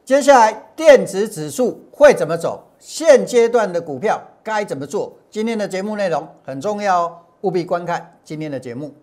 接下来电子指数会怎么走？现阶段的股票该怎么做？今天的节目内容很重要哦，务必观看今天的节目。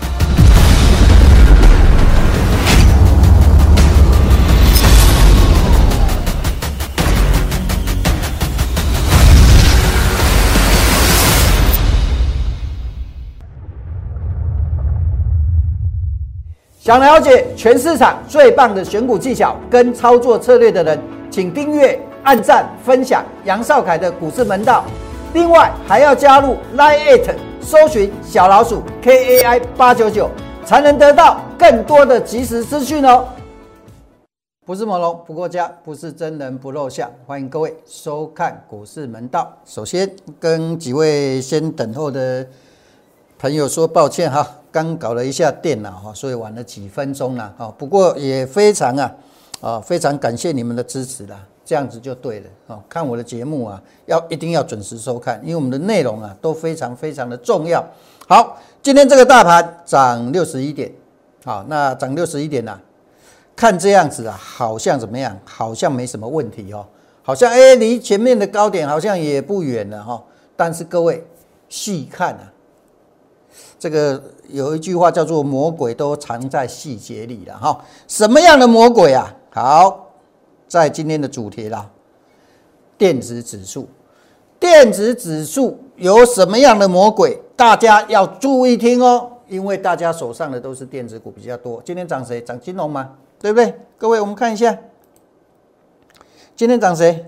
想了解全市场最棒的选股技巧跟操作策略的人，请订阅、按赞、分享杨少凯的股市门道。另外还要加入 Line@ 搜寻小老鼠 KAI899，才能得到更多的即时资讯哦。不是猛龙不过家，不是真人不露相，欢迎各位收看股市门道。首先跟几位先等候的朋友说抱歉哈。刚搞了一下电脑，所以晚了几分钟啦。不过也非常非常感谢你们的支持啦，这样子就对了。看我的节目一定要准时收看，因为我们的内容都非常非常的重要。好，今天这个大盘涨61点，好，那涨61点看这样子好像怎么样？好像没什么问题好像离前面的高点好像也不远了但是各位细看这个有一句话叫做魔鬼都藏在细节里了什么样的魔鬼啊？好，在今天的主题啦，电子指数。电子指数有什么样的魔鬼？大家要注意听哦，因为大家手上的都是电子股比较多。今天涨谁？涨金融吗？对不对？各位，我们看一下，今天涨谁？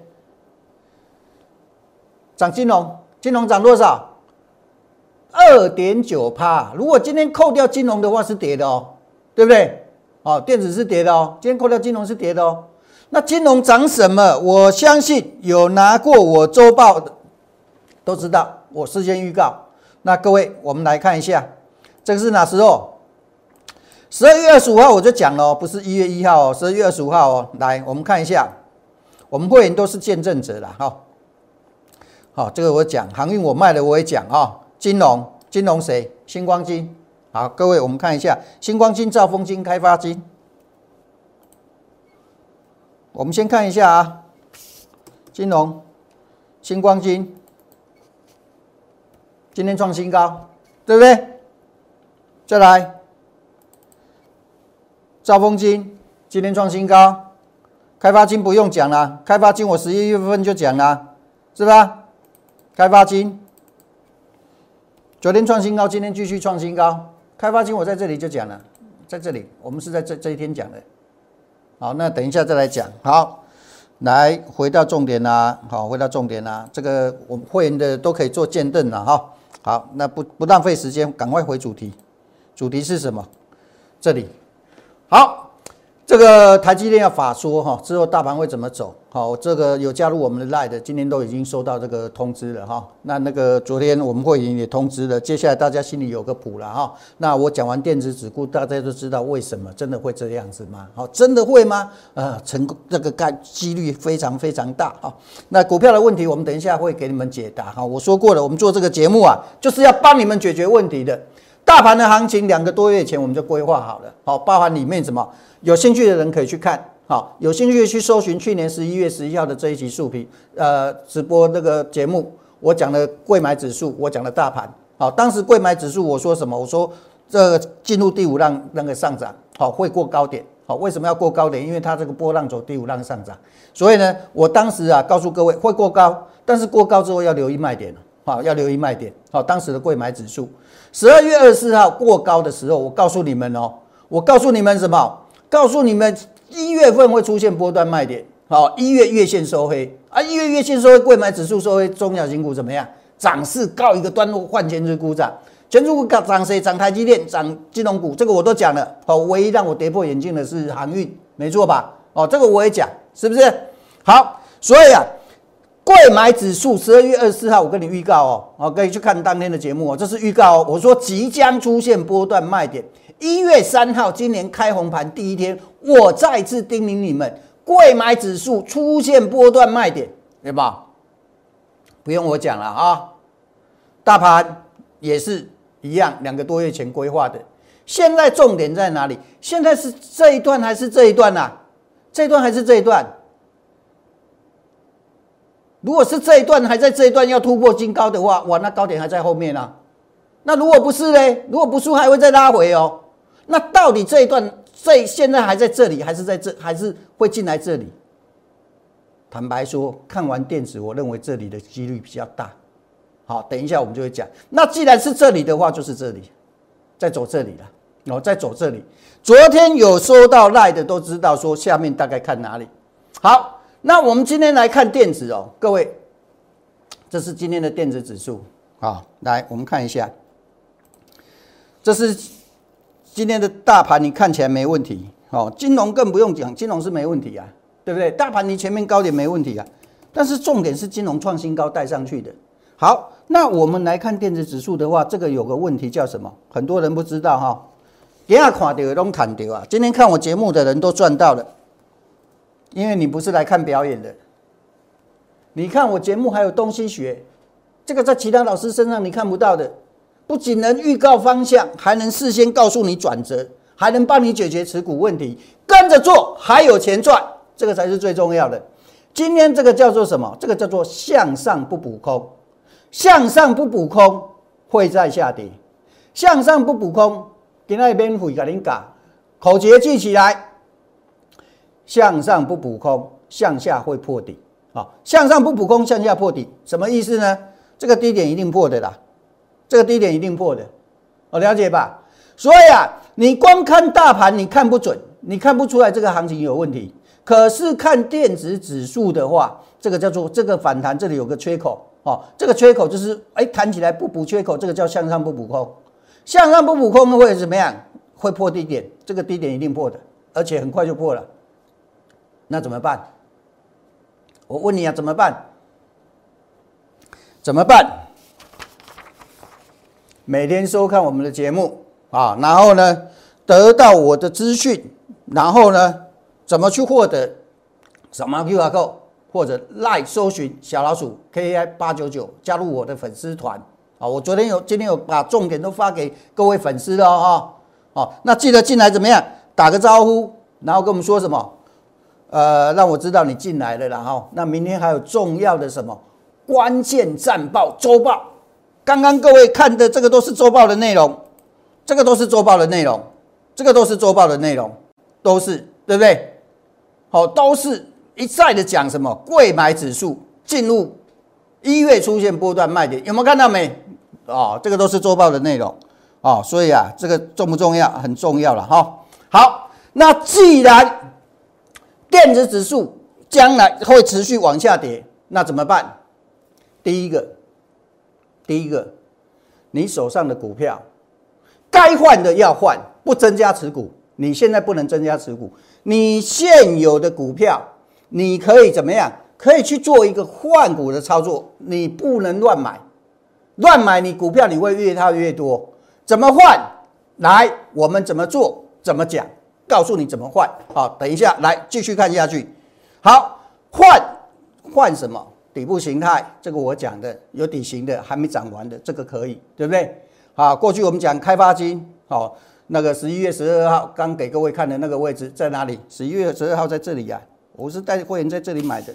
涨金融。金融涨多少？2.9%，如果今天扣掉金融的话是跌的对不对？电子是跌的今天扣掉金融是跌的那金融涨什么？我相信有拿过我周报的都知道，我事先预告。那各位，我们来看一下，这个是哪时候？12月25号我就讲了不是1月1号12月25号来，我们看一下，我们会员都是见证者啦好，这个我讲，航运我卖了我也讲金融谁？新光金。好，各位我们看一下新光金、兆丰金、开发金。我们先看一下金融，新光金今天创新高，对不对？再来兆丰金今天创新高，开发金不用讲了，开发金我11月份就讲了，是吧？开发金昨天创新高，今天继续创新高。开发金我在这里就讲了，在这里我们是在这一天讲的。好，那等一下再来讲。好，来回到重点啦。好，回到重点啦。这个我们会员的都可以做见证了好，那不浪费时间，赶快回主题。主题是什么？这里。好。这个台积电要法说之后大盘会怎么走？好，这个有加入我们的 Line 的，今天都已经收到这个通知了那个昨天我们会员也通知了，接下来大家心里有个谱了那我讲完电子指数，大家都知道为什么真的会这样子吗？真的会吗？成功这个几率非常非常大那股票的问题，我们等一下会给你们解答我说过了，我们做这个节目就是要帮你们解决问题的。大盘的行情2个多月前我们就规划好了，包含里面什么？有兴趣的人可以去看，有兴趣的去搜寻去年11月11号的这一期视频，直播那个节目，我讲了柜买指数，我讲了大盘，当时柜买指数我说什么？我说这个进入第5浪那个上涨，会过高点，为什么要过高点？因为它这个波浪走第5浪上涨，所以呢，我当时告诉各位会过高，但是过高之后要留意卖点要留意卖点，当时的柜买指数12月24号过高的时候，我告诉你们我告诉你们什么？告诉你们1月份会出现波段卖点，1月月线收黑1月月线收黑，柜买指数收黑，中小型股怎么样？涨势告一个段落，换前日股涨，前日股涨谁？涨台积电，涨金融股，这个我都讲了唯一让我跌破眼镜的是航运，没错吧？这个我也讲，是不是？好，所以柜买指数12月24号我跟你预告可以去看当天的节目这是预告我说即将出现波段卖点。1月3号今年开红盘第一天，我再次叮咛你们，柜买指数出现波段卖点，对吧？不用我讲了大盘也是一样，2个多月前规划的。现在重点在哪里？现在是这一段还是这一段这一段还是这一段？ 如果是这一段还在这一段要突破新高的话，哇，那高点还在后面啊。那如果不是呢？如果不是还会再拉回哦。那到底这一段现在还在这里，还是在这，还是会进来这里？坦白说，看完电子，我认为这里的几率比较大。好，等一下我们就会讲。那既然是这里的话，就是这里，再走这里了，再走这里。昨天有收到赖的都知道说下面大概看哪里。好，那我们今天来看电子哦，各位，这是今天的电子指数。好，来我们看一下，这是今天的大盘，你看起来没问题。哦，金融更不用讲，金融是没问题啊，对不对？大盘你前面高点没问题啊，但是重点是金融创新高带上去的。好，那我们来看电子指数的话，这个有个问题叫什么？很多人不知道哈。今天看到的都看到啊！今天看我节目的人都赚到了，因为你不是来看表演的，你看我节目还有东西学，这个在其他老师身上你看不到的，不仅能预告方向，还能事先告诉你转折，还能帮你解决持股问题，跟着做还有钱赚，这个才是最重要的。今天这个叫做什么？这个叫做向上不补空，向上不补空会再下跌，向上不补空。今天免费给您讲，口诀记起来：向上不补空，向下会破底。向上不补空，向下破底，什么意思呢？这个低点一定破的啦，这个低点一定破的，了解吧？所以啊，你光看大盘你看不准，你看不出来这个行情有问题。可是看电子指数的话，这个叫做这个反弹，这里有个缺口这个缺口就是弹起来不补缺口，这个叫向上不补空。向上不补空会怎么样？会破低点，这个低点一定破的，而且很快就破了。那怎么办？我问你啊，怎么办？怎么办？每天收看我们的节目啊，然后呢，得到我的资讯，然后呢，怎么去获得？扫描 QR code 或者 LINE 搜寻小老鼠 KAI899，加入我的粉丝团。我今天有把重点都发给各位粉丝了那记得进来怎么样？打个招呼，然后跟我们说什么？让我知道你进来了啦那明天还有重要的什么关键战报周报？刚刚各位看的这个都是周报的内容，这个都是周报的内容，这个都是周报的内容，都是对不对？都是一再的讲什么贵买指数进入1月出现波段卖点，有没有看到没？这个都是周报的内容所以啊，这个重不重要？很重要了好，那既然电子指数将来会持续往下跌，那怎么办？第一个，你手上的股票该换的要换，不增加持股。你现在不能增加持股，你现有的股票，你可以怎么样？可以去做一个换股的操作，你不能乱买。乱买你股票你会越套越多，怎么换？来，我们怎么做？怎么讲？告诉你怎么换。好，等一下来继续看下去。好，换什么？底部形态，这个我讲的有底型的，还没涨完的，这个可以，对不对？好，过去我们讲开发金，那个11月12号刚给各位看的那个位置在哪里？11月12号在这里我是带会员在这里买的。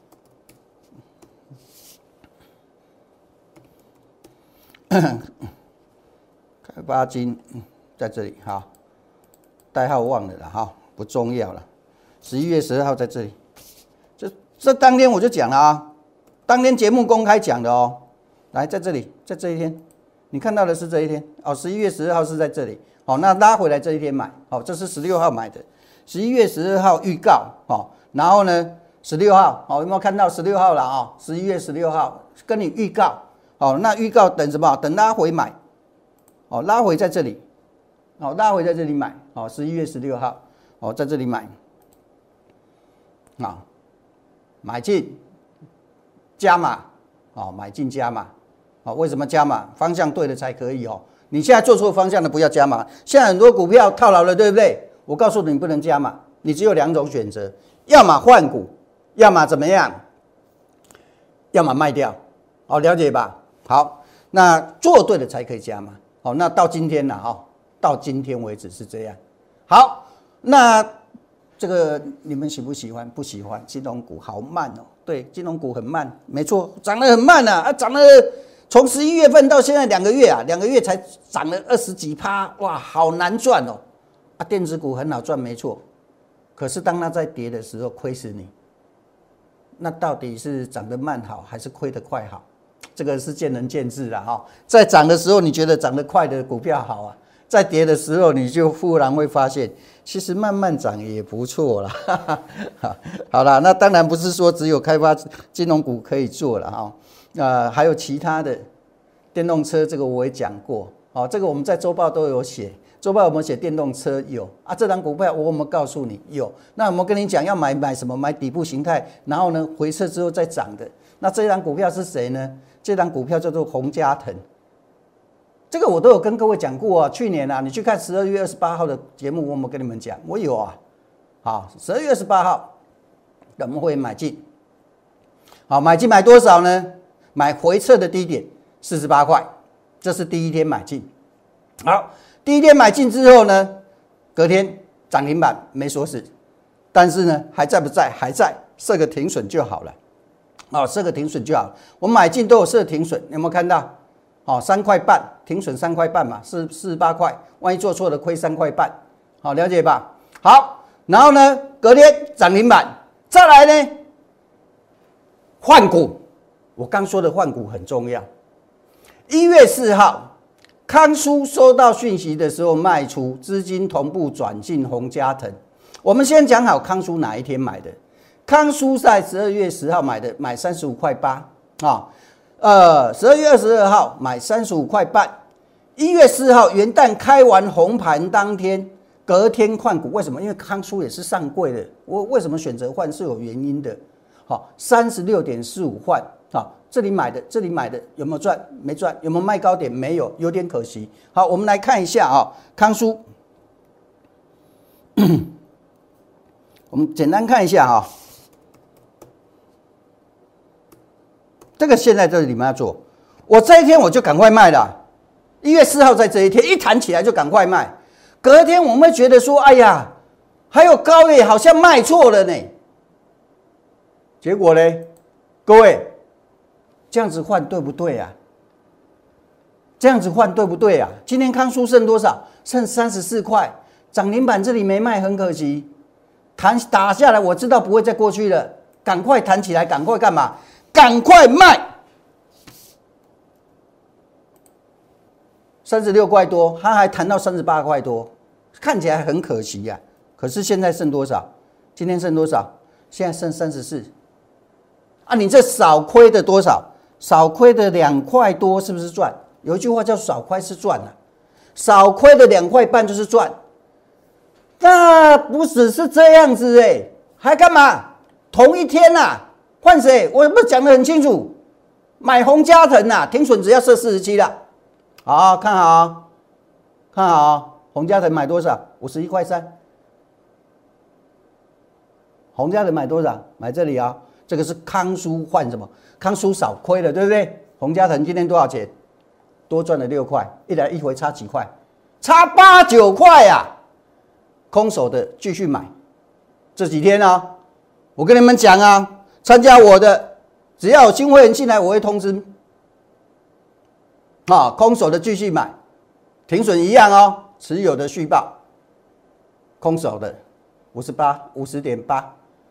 开发金在这里代号忘了不重要了。11月12号在这里，这当天我就讲了当天节目公开讲的来在这里，在这一天，你看到的是这一天11月12号是在这里那拉回来这一天买这是16号买的，11月12号预告然后呢16号有没有看到16号了11月16号跟你预告。那预告等什么？等拉回买，拉回在这里，拉回在这里买，11月16号，在这里买，买进加码，买进加码，为什么加码？方向对了才可以你现在做错方向的不要加码。现在很多股票套牢了，对不对？我告诉你不能加码，你只有2种选择，要么换股，要么怎么样？要么卖掉，了解吧？好，那做对了才可以加码。那到今天到今天为止是这样。好，那这个你们喜不喜欢？不喜欢，金融股好慢哦。对，金融股很慢，没错，涨得很慢啊，涨了从11月份到现在2个月啊，2个月才涨了20几%，哇，好难赚哦。啊，电子股很好赚，没错，可是当它在跌的时候亏死你，那到底是涨得慢好，还是亏得快好？这个是见仁见智啦哈。在涨的时候，你觉得涨得快的股票好啊，在跌的时候，你就忽然会发现，其实慢慢涨也不错啦。好啦，那当然不是说只有开发金融股可以做了哈，还有其他的电动车，这个我也讲过，这个我们在周报都有写，周报有没有写电动车？有啊，这档股票我有没有告诉你？有。那有没有跟你讲要买什么？买底部形态，然后呢回撤之后再涨的？那这档股票是谁呢？这档股票叫做宏嘉腾。这个我都有跟各位讲过啊，去年啊，你去看12月28号的节目，我有没有跟你们讲？我有啊。好，12月28号我们会买进。好，买进买多少呢？买回撤的低点48块，这是第一天买进。好，第一天买进之后呢，隔天涨停板没锁死，但是呢还在不在？还在，设个停损就好了。设个停损就好了。我买进都有设停损，有没有看到？3块半，停损3块半嘛，是48块。万一做错了，亏3块半。好，了解吧？好，然后呢，隔天涨停板，再来呢，换股。我刚说的换股很重要。1月4号，康舒收到讯息的时候卖出，资金同步转进宏嘉腾。我们先讲好康舒哪一天买的。康舒在12月10号买的，买35块8啊。12月22号买35块半，1月4号元旦开完红盘当天，隔天换股。为什么？因为康舒也是上柜的，我为什么选择换是有原因的。好，36.45换，好，这里买的有没有赚？没赚。有没有卖高点？没有，有点可惜。好，我们来看一下啊，康舒，我们简单看一下哈。这个现在这里你们要做，我这一天我就赶快卖了。1月4号在这一天一弹起来就赶快卖，隔天我们会觉得说，哎呀，还有高耶，好像卖错了呢。结果呢，各位这样子换对不对啊？这样子换对不对啊？今天康舒剩多少？剩34块，涨停板这里没卖，很可惜。打下来，我知道不会再过去了，赶快弹起来，赶快干嘛？赶快卖，36块多，它还谈到38块多，看起来很可惜呀。可是现在剩多少？今天剩多少？现在剩34。啊，你这少亏的多少？少亏的2块多，是不是赚？有一句话叫少亏是赚啊，少亏的2块半就是赚。那不只是这样子还干嘛？同一天啊。换谁？我不是讲得很清楚，买宏嘉腾啊，停损只要设47了。好，看好，看好，宏嘉腾买多少？51块3。宏嘉腾买多少？买这里啊，这个是康舒换什么？康舒少亏了，对不对？宏嘉腾今天多少钱？多赚了6块，一来一回差几块？差8、9块啊！空手的继续买，这几天啊，我跟你们讲啊。参加我的，只要有新会员进来，我会通知。空手的继续买，停损一样哦，持有的续报。空手的50.8，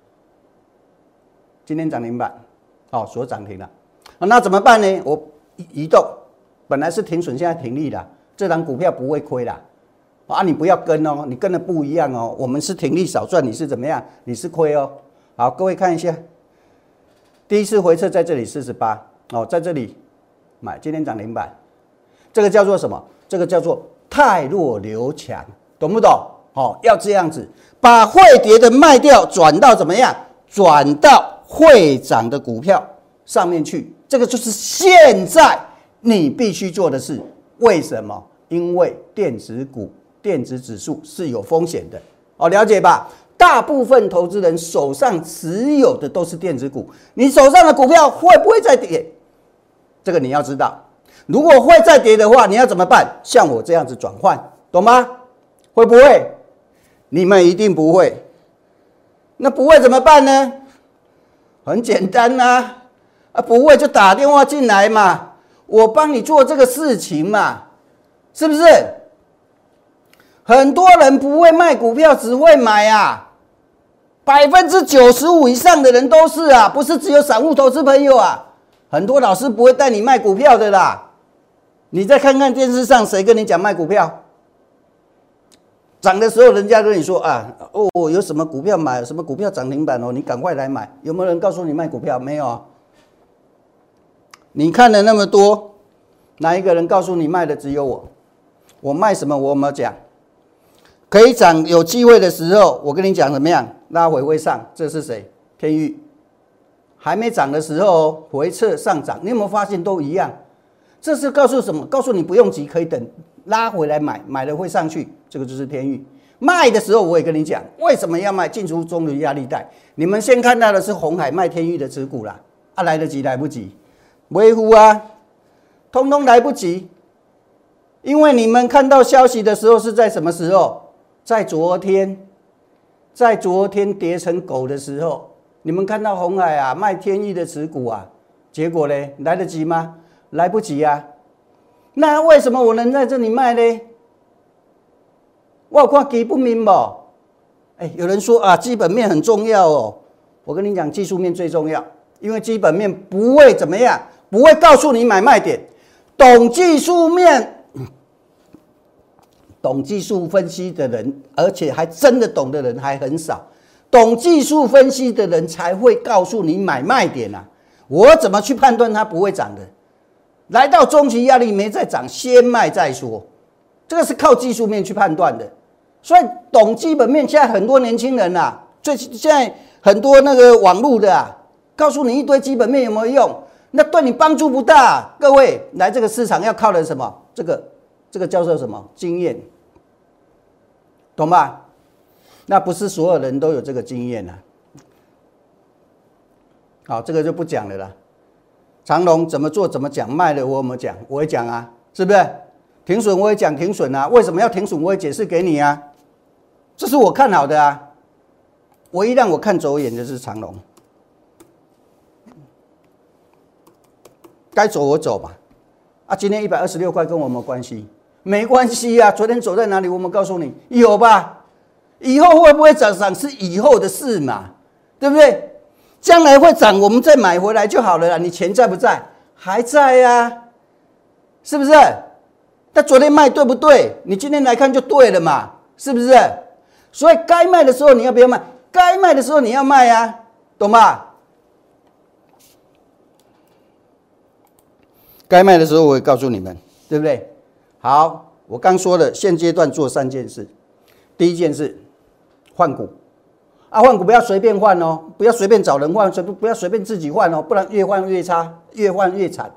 今天涨停板，所涨停了。那怎么办呢？我移动，本来是停损，现在停利了，这档股票不会亏啦。你不要跟哦，你跟的不一样哦。我们是停利少赚，你是怎么样？你是亏哦。好，各位看一下。第一次回撤在这里48，在这里买，今天涨停板，这个叫做什么？这个叫做汰弱留强，懂不懂？要这样子，把会跌的卖掉，转到怎么样？转到会涨的股票上面去，这个就是现在你必须做的事。为什么？因为电子股、电子指数是有风险的，了解吧？大部分投资人手上持有的都是电子股，你手上的股票会不会再跌？这个你要知道。如果会再跌的话，你要怎么办？像我这样子转换，懂吗？会不会？你们一定不会。 那不会怎么办呢？很简单呐，不会就打电话进来嘛，我帮你做这个事情嘛，是不是？很多人不会卖股票，只会买啊，95%以上的人都是啊，不是只有散户投资朋友啊。很多老师不会带你卖股票的啦，你再看看电视上谁跟你讲卖股票？涨的时候人家跟你说啊，哦，有什么股票买，什么股票涨停板哦，你赶快来买。有没有人告诉你卖股票？没有啊。你看了那么多，哪一个人告诉你卖的？只有我。我卖什么？我有没有讲？可以涨有机会的时候，我跟你讲怎么样？拉回会上，这是谁？天钰。还没涨的时候回撤上涨，你有没有发现都一样？这是告诉什么？告诉你不用急，可以等拉回来买，买了会上去。这个就是天钰。卖的时候我也跟你讲，为什么要卖？进出中的压力带。你们先看到的是鸿海卖天钰的持股啦，来得及来不及？维护啊，通通来不及。因为你们看到消息的时候是在什么时候？在昨天跌成狗的时候，你们看到鸿海啊卖天钰的持股啊，结果呢来得及吗？来不及啊。那为什么我能在这里卖呢？我有看基本面不？有人说啊，基本面很重要哦。我跟你讲，技术面最重要，因为基本面不会怎么样，不会告诉你买卖点。懂技术面、懂技术分析的人，而且还真的懂的人还很少。懂技术分析的人才会告诉你买卖点啊。我怎么去判断它不会涨的？来到中期压力没再涨，先卖再说。这个是靠技术面去判断的。所以懂基本面，现在很多年轻人啊，现在很多那个网络的啊，告诉你一堆基本面有没有用？那对你帮助不大。各位来这个市场要靠的什么？这个叫做什么？经验，懂吧？那不是所有人都有这个经验啊。好，这个就不讲了啦。长荣怎么做怎么讲，卖了我有没有讲？我会讲啊，是不是？停损我也讲停损啊，为什么要停损我也解释给你啊。这是我看好的啊，唯一让我看走眼的是长荣。该走我走吧。今天126块跟我有没有关系？没关系啊。昨天走在哪里？我们告诉你有吧？以后会不会涨是以后的事嘛，对不对？将来会涨，我们再买回来就好了啦。你钱在不在？还在啊，是不是？但昨天卖对不对？你今天来看就对了嘛，是不是？所以该卖的时候你要不要卖？该卖的时候你要卖啊，懂吧？该卖的时候我会告诉你们，对不对？好，我刚说了，现阶段做3件事。第一件事，换股。换股不要随便换哦，不要随便找人换，不要随便自己换哦，不然越换越差，越换越惨。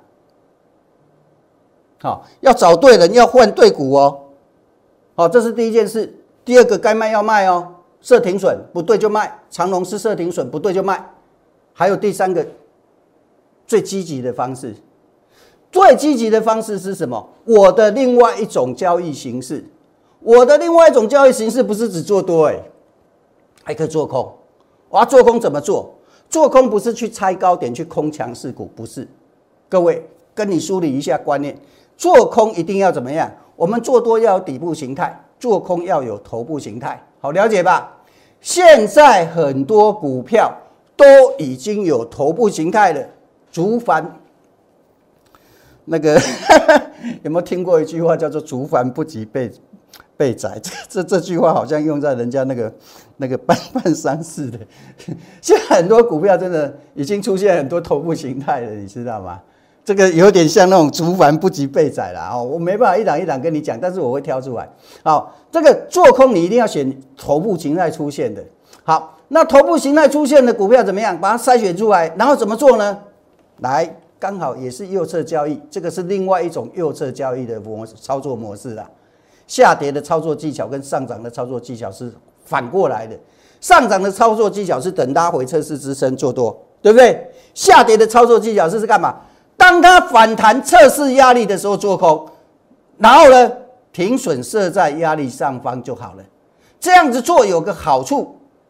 好，要找对人，要换对股哦。好，这是第一件事。第二个，该卖要卖哦，设停损，不对就卖。长荣是设停损，不对就卖。还有第三个，最积极的方式。最积极的方式是什么？我的另外一种交易形式。我的另外一种交易形式不是只做多还可以做空。我要做空怎么做？做空不是去猜高点去空强势股，不是。各位跟你梳理一下观念，做空一定要怎么样？我们做多要有底部形态，做空要有头部形态，好了解吧？现在很多股票都已经有头部形态了，竹凡那个有没有听过一句话叫做"竹凡不及被宰"？这句话好像用在人家那个办丧事的。现在很多股票真的已经出现很多头部形态了，你知道吗？这个有点像那种竹凡不及被宰啦，我没办法一档一档跟你讲，但是我会挑出来。好，这个做空你一定要选头部形态出现的。好，那头部形态出现的股票怎么样？把它筛选出来，然后怎么做呢？来，刚好也是右侧交易，这个是另外一种右侧交易的操作模式啦。下跌的操作技巧跟上涨的操作技巧是反过来的，上涨的操作技巧是等拉回测试支撑做多，对不对？下跌的操作技巧是干嘛？当它反弹测试压力的时候做空，然后呢，停损设在压力上方就好了。这样子做有个好处，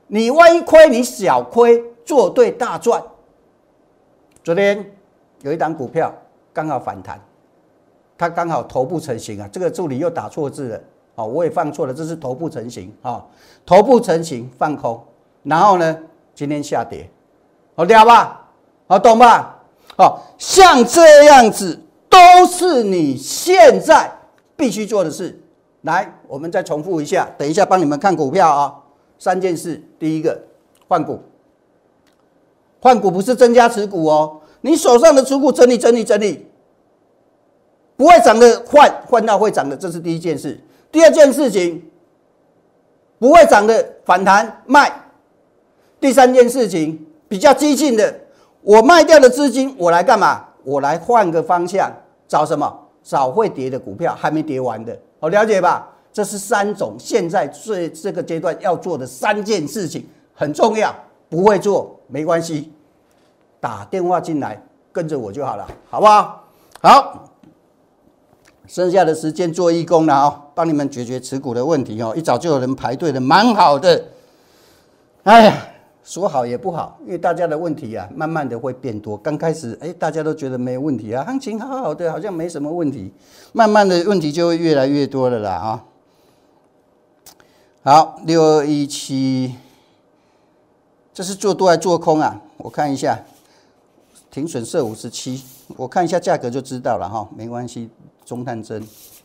你万一亏，你小亏，做对大赚。昨天有一档股票刚好反弹，它刚好头部成型啊，这个助理又打错字了，哦，我也放错了，这是头部成型啊，头部成型放空，然后呢，今天下跌，好了吧？好懂吧？好，像这样子都是你现在必须做的事。来，我们再重复一下，等一下帮你们看股票啊。3件事，第一个换股，换股不是增加持股哦，你手上的持股整理，不会涨的换到会涨的，这是第一件事。第二件事情，不会涨的反弹卖。第三件事情，比较激进的，我卖掉的资金我来干嘛？我来换个方向，找什么？找会跌的股票，还没跌完的，好了解吧？这是3种现在这个阶段要做的3件事情，很重要。不会做没关系，打电话进来跟着我就好了，好不好？好，剩下的时间做义工了啊，帮你们解决持股的问题哦。一早就有人排队的，蛮好的。哎呀，说好也不好，因为大家的问题啊，慢慢的会变多。刚开始大家都觉得没问题啊，行情好好的，好像没什么问题，慢慢的问题就会越来越多了啦啊。好，6217，这是做多还做空啊？我看一下，停损设57，我看一下价格就知道了哈，没关系。中探针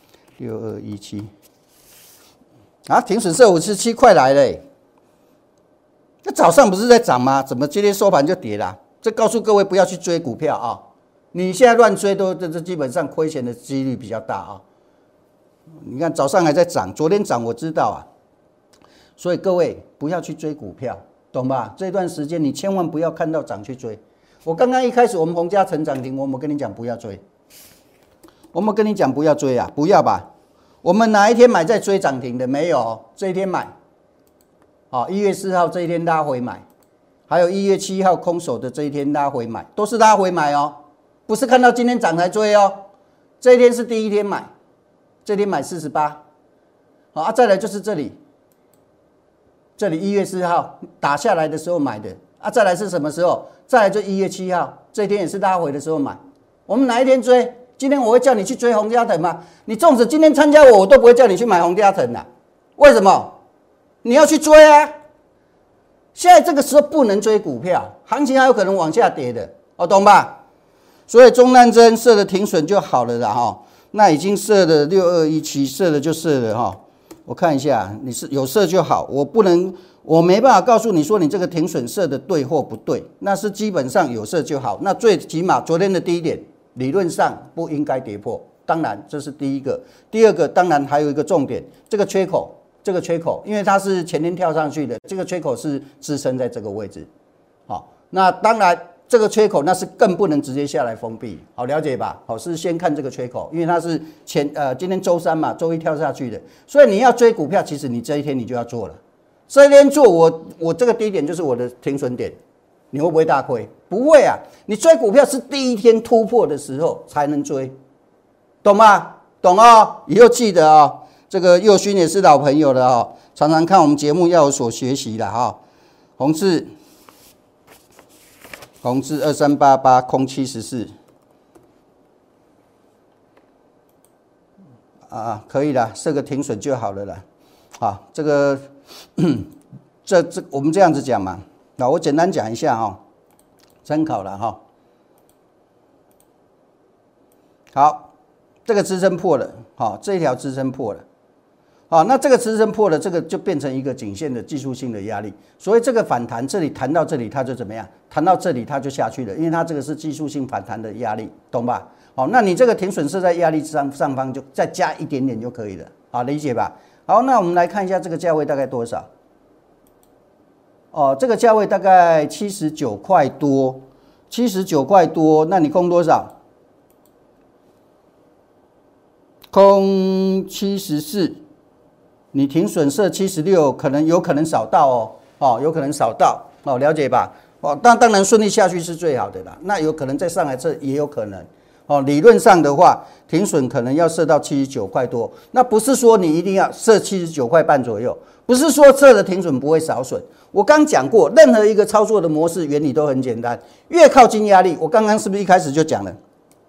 6217，啊，停损设57，快来了欸！那早上不是在涨吗？怎么今天收盘就跌了？这告诉各位不要去追股票啊！你现在乱追这基本上亏钱的几率比较大啊！你看早上还在涨，昨天涨我知道啊。所以各位不要去追股票，懂吧？这段时间你千万不要看到涨去追。我刚刚一开始我们洪家成涨停，我们跟你讲不要追，我们跟你讲不要追啊，不要吧？我们哪一天买在追涨停的？没有，这一天买。好，1月4号这一天拉回买，还有1月7号空手的这一天拉回买，都是拉回买哦，不是看到今天涨才追哦。这一天是第一天买，这天买48，好啊，再来就是这里。这里1月4号打下来的时候买的啊，再来是什么时候？再来就1月7号，这一天也是拉回的时候买。我们哪一天追？今天我会叫你去追洪家腾吗？你纵使今天参加我都不会叫你去买洪家腾的。为什么？你要去追啊！现在这个时候不能追股票，行情还有可能往下跌的，哦，懂吧？所以中南针设的停损就好了啦哈。那已经设了6217，设了就设了哈。我看一下，你是有设就好，我没办法告诉你说你这个停损设的对或不对，那是基本上有设就好。那最起码昨天的第一点，理论上不应该跌破，当然这是第一个。第二个，当然还有一个重点，这个缺口，因为它是前天跳上去的，这个缺口是支撑在这个位置。好，那当然这个缺口那是更不能直接下来封闭，好了解吧？好，是先看这个缺口，因为它是今天周3嘛，周1跳下去的，所以你要追股票，其实你这一天你就要做了。这一天做我这个低点就是我的停损点，你会不会大亏？不会啊，你追股票是第一天突破的时候才能追，懂吗？懂哦，以后记得哦。这个佑勋也是老朋友了哦，常常看我们节目要有所学习的哈。宏志2388空74啊，可以了，设个停损就好了啦。好，这个我们这样子讲嘛，那我简单讲一下哈，参考了哈。好，这个支撑破了，好，这一条支撑破了。好，那这个支撑破了，这个就变成一个颈线的技术性的压力，所以这个反弹这里弹到这里，它就怎么样？弹到这里它就下去了，因为它这个是技术性反弹的压力，懂吧？好，那你这个停损设在压力上方，就再加一点点就可以了，好，理解吧？好，那我们来看一下这个价位大概多少？哦，这个价位大概79块多，79块多，那你空多少？空74。你停损设76，有可能少到哦，有可能少到了解吧？哦，当然顺利下去是最好的啦。那有可能再上来这也有可能哦，理论上的话，停损可能要设到79块多。那不是说你一定要设79块半左右，不是说设的停损不会少损。我刚讲过，任何一个操作的模式原理都很简单，越靠近压力，我刚刚是不是一开始就讲了？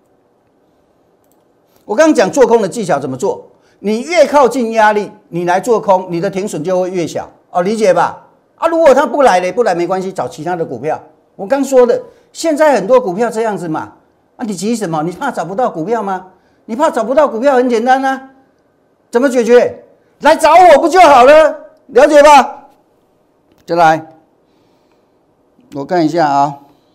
我刚刚讲做空的技巧怎么做？你越靠近压力，你来做空，你的停损就会越小哦，理解吧？啊，如果它不来了，不来没关系，找其他的股票。我刚说的，现在很多股票这样子嘛，啊，你急什么？你怕找不到股票吗？你怕找不到股票很简单啊，怎么解决？来找我不就好了？了解吧？再来，我看一下啊，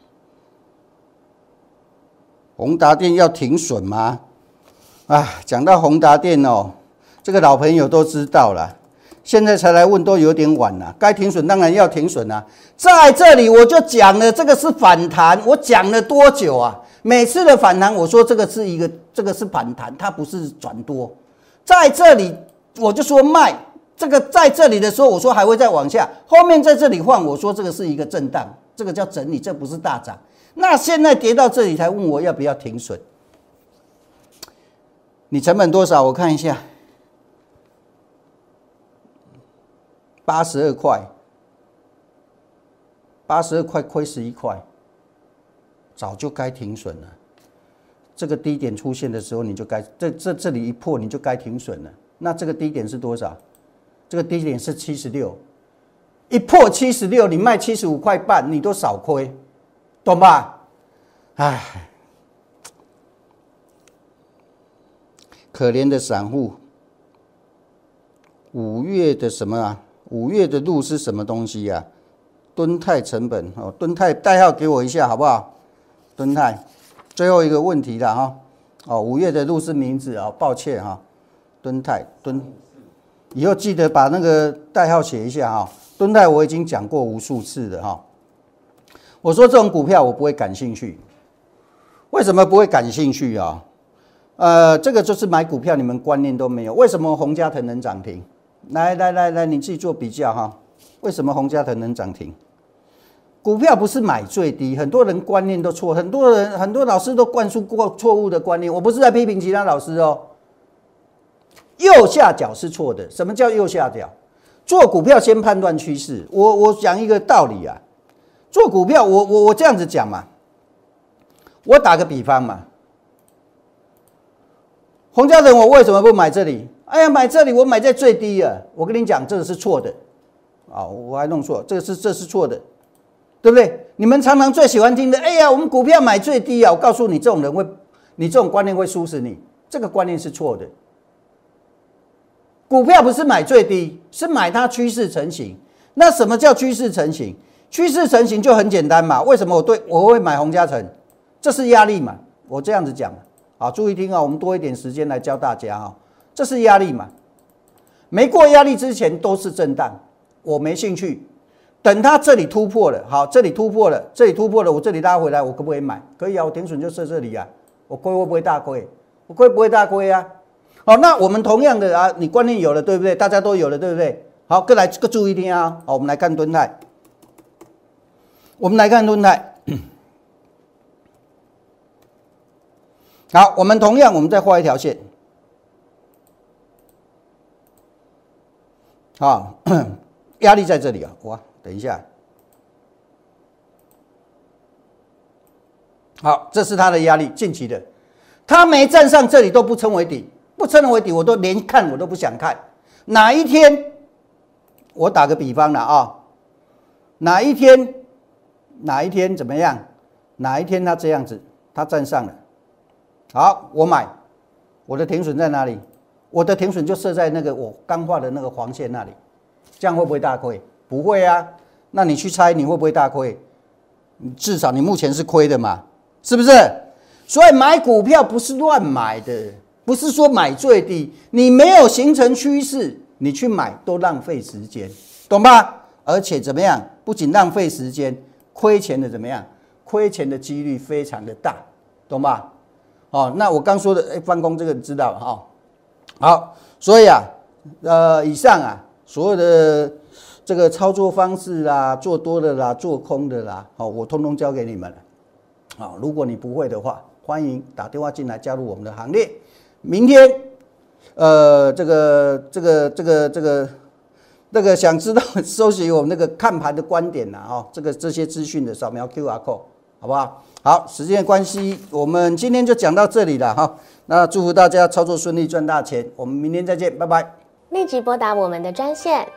宏达电要停损吗？啊，讲到宏达电哦，这个老朋友都知道了，现在才来问都有点晚了。该停损当然要停损啊，在这里我就讲了，这个是反弹，我讲了多久啊？每次的反弹，我说这个是反弹，它不是转多。在这里我就说卖，这个在这里的时候我说还会再往下，后面在这里换，我说这个是一个震荡，这个叫整理，这不是大涨。那现在跌到这里才问我要不要停损？你成本多少？我看一下，82块，82块亏11块，早就该停损了。这个低点出现的时候，你就该这里一破，你就该停损了。那这个低点是多少？这个低点是76，一破76，你卖75块半，你都少亏，懂吧？唉。可怜的散户，5月的什么啊？5月的路是什么东西啊？敦泰成本哦，敦泰代号给我一下好不好？敦泰，最后一个问题了哈。哦，5月的路是名字啊，抱歉哈。敦泰以后记得把那个代号写一下哈。敦泰我已经讲过无数次了哈。我说这种股票我不会感兴趣，为什么不会感兴趣啊？这个就是买股票，你们观念都没有。为什么宏家腾能涨停？来，你自己做比较哈。为什么宏家腾能涨停？股票不是买最低，很多人观念都错，很多老师都灌输过错误的观念。我不是在批评其他老师哦。右下角是错的。什么叫右下角？做股票先判断趋势。我讲一个道理啊，做股票我这样子讲嘛，我打个比方嘛。宏家腾我为什么不买这里？哎呀，买这里我买在最低啊！我跟你讲，这个是错的啊，我还弄错，这是错的，对不对？你们常常最喜欢听的，哎呀，我们股票买最低啊！我告诉你，这种人会，你这种观念会输死你，这个观念是错的。股票不是买最低，是买它趋势成型。那什么叫趋势成型？趋势成型就很简单嘛。为什么我会买宏家腾？这是压力嘛，我这样子讲。好，注意听啊，我们多一点时间来教大家啊。这是压力嘛？没过压力之前都是震荡，我没兴趣。等它这里突破了，好，这里突破了，我这里拉回来，我可不可以买？可以啊，我停损就设这里啊。我亏会不会大亏？我亏不会大亏啊。好，那我们同样的啊，你观念有了，对不对？大家都有了，对不对？好，各注意听啊。好，我们来看敦泰。好，我们同样，我们再画一条线。好，压力在这里啊！哇，等一下。好，这是它的压力，近期的，它没站上这里都不称为底，不称为底，我都连看我都不想看。哪一天，我打个比方了啊，哪一天怎么样？哪一天它这样子，它站上了。好，我买，我的停损在哪里？我的停损就设在那个我刚画的那个黄线那里，这样会不会大亏？不会啊。那你去猜你会不会大亏？至少你目前是亏的嘛，是不是？所以买股票不是乱买的，不是说买最低，你没有形成趋势，你去买都浪费时间，懂吧？而且怎么样？不仅浪费时间，亏钱的怎么样？亏钱的几率非常的大，懂吧？哦，那我刚说的，翻空这个你知道了哈。好，所以啊，以上啊，所有的这个操作方式啦，做多的啦，做空的啦，好，我通通教给你们了。好，如果你不会的话， 欢迎打电话进来加入我们的行列。明天，想知道收集我们那个看盘的观点呐，哦，这些资讯的扫描 QR code， 好不好？好，时间的关系，我们今天就讲到这里了哈。那祝福大家操作顺利，赚大钱。我们明天再见，拜拜。 立即拨打我们的专线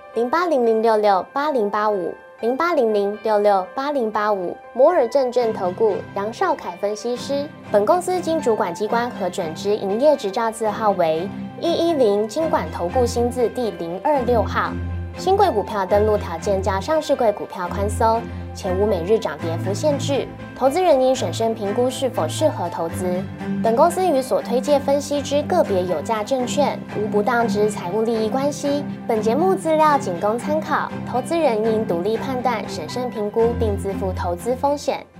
0800668085。0800668085，摩尔证券投顾杨少凯分析师。本公司经主管机关核准之营业执照字号为110金管投顾新字第026号。新贵股票登录条件较上市贵股票宽松，且无每日涨跌幅限制。投资人应审慎评估是否适合投资。本公司与所推介分析之个别有价证券无不当之财务利益关系。本节目资料仅供参考，投资人应独立判断、审慎评估，并自负投资风险。